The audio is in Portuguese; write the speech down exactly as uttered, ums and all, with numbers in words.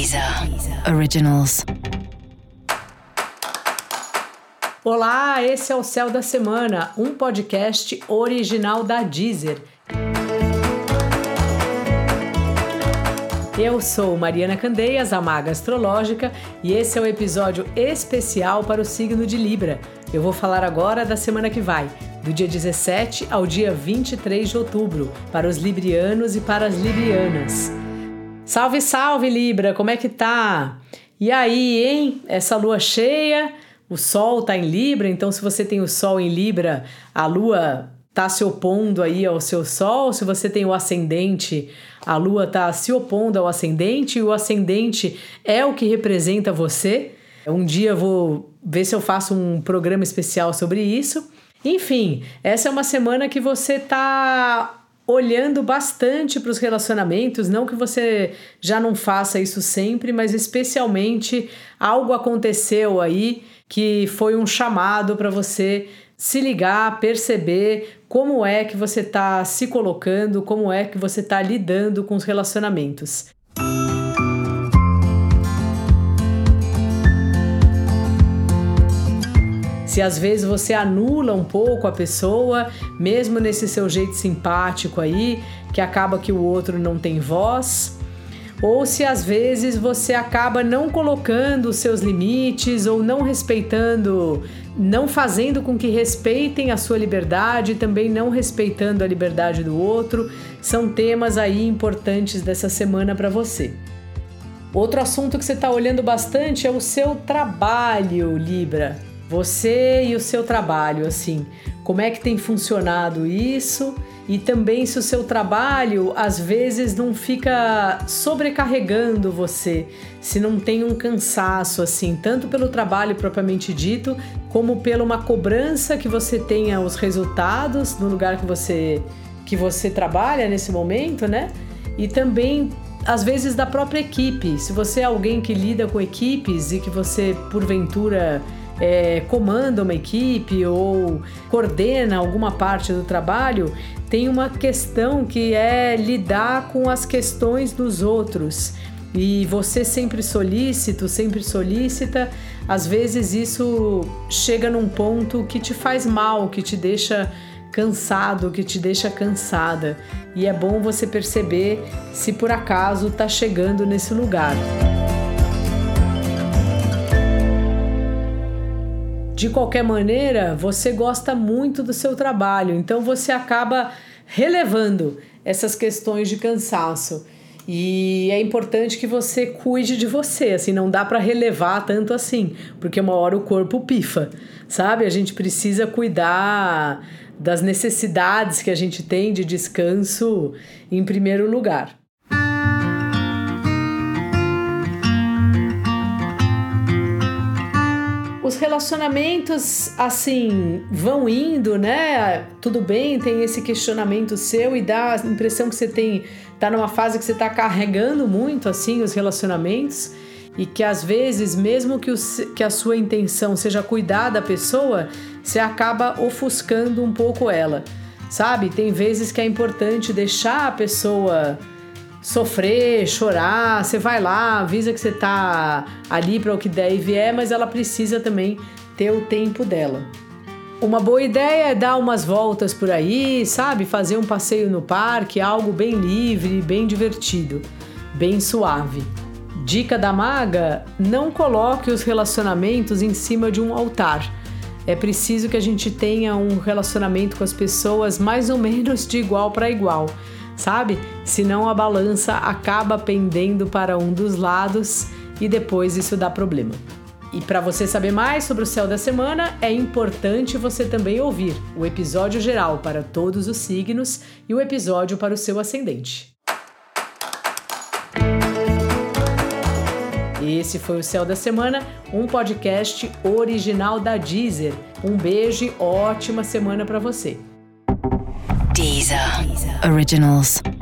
Deezer Originals. Olá, esse é o Céu da Semana, um podcast original da Deezer. Eu sou Mariana Candeias, a Maga Astrológica, e esse é o um episódio especial para o signo de Libra. Eu vou falar agora da semana que vai, do dia dezessete ao dia vinte e três de outubro, para os librianos e para as librianas. Salve, salve, Libra! Como é que tá? E aí, hein? Essa lua cheia, o Sol tá em Libra, então se você tem o Sol em Libra, a Lua tá se opondo aí ao seu Sol. Se você tem o ascendente, a Lua tá se opondo ao ascendente, e o ascendente é o que representa você. Um dia eu vou ver se eu faço um programa especial sobre isso. Enfim, essa é uma semana que você tá olhando bastante para os relacionamentos, não que você já não faça isso sempre, mas especialmente algo aconteceu aí que foi um chamado para você se ligar, perceber como é que você está se colocando, como é que você está lidando com os relacionamentos. Se às vezes você anula um pouco a pessoa, mesmo nesse seu jeito simpático aí, que acaba que o outro não tem voz, ou se às vezes você acaba não colocando os seus limites ou não respeitando, não fazendo com que respeitem a sua liberdade e também não respeitando a liberdade do outro, são temas aí importantes dessa semana para você. Outro assunto que você está olhando bastante é o seu trabalho, Libra. Você e o seu trabalho, assim, como é que tem funcionado isso? E também se o seu trabalho, às vezes, não fica sobrecarregando você, se não tem um cansaço, assim, tanto pelo trabalho propriamente dito, como pela uma cobrança que você tenha os resultados no lugar que você, que você trabalha nesse momento, né? E também, às vezes, da própria equipe. Se você é alguém que lida com equipes e que você, porventura, É, comanda uma equipe ou coordena alguma parte do trabalho, tem uma questão que é lidar com as questões dos outros. E você sempre solícito, sempre solícita, às vezes isso chega num ponto que te faz mal, que te deixa cansado, que te deixa cansada. E é bom você perceber se por acaso está chegando nesse lugar. De qualquer maneira, você gosta muito do seu trabalho, então você acaba relevando essas questões de cansaço. E é importante que você cuide de você, assim, não dá para relevar tanto assim, porque uma hora o corpo pifa, sabe? A gente precisa cuidar das necessidades que a gente tem de descanso em primeiro lugar. Os relacionamentos, assim, vão indo, né? Tudo bem, tem esse questionamento seu e dá a impressão que você tem, tá numa fase que você tá carregando muito, assim, os relacionamentos e que às vezes, mesmo que, o, que a sua intenção seja cuidar da pessoa, você acaba ofuscando um pouco ela, sabe? Tem vezes que é importante deixar a pessoa sofrer, chorar, você vai lá, avisa que você tá ali para o que der e vier, mas ela precisa também ter o tempo dela. Uma boa ideia é dar umas voltas por aí, sabe? Fazer um passeio no parque, algo bem livre, bem divertido, bem suave. Dica da maga: não coloque os relacionamentos em cima de um altar. É preciso que a gente tenha um relacionamento com as pessoas mais ou menos de igual para igual, sabe? Senão a balança acaba pendendo para um dos lados e depois isso dá problema. E para você saber mais sobre o céu da semana, é importante você também ouvir o episódio geral para todos os signos e o episódio para o seu ascendente. Esse foi o Céu da Semana, um podcast original da Deezer. Um beijo e ótima semana para você. Deezer Originals.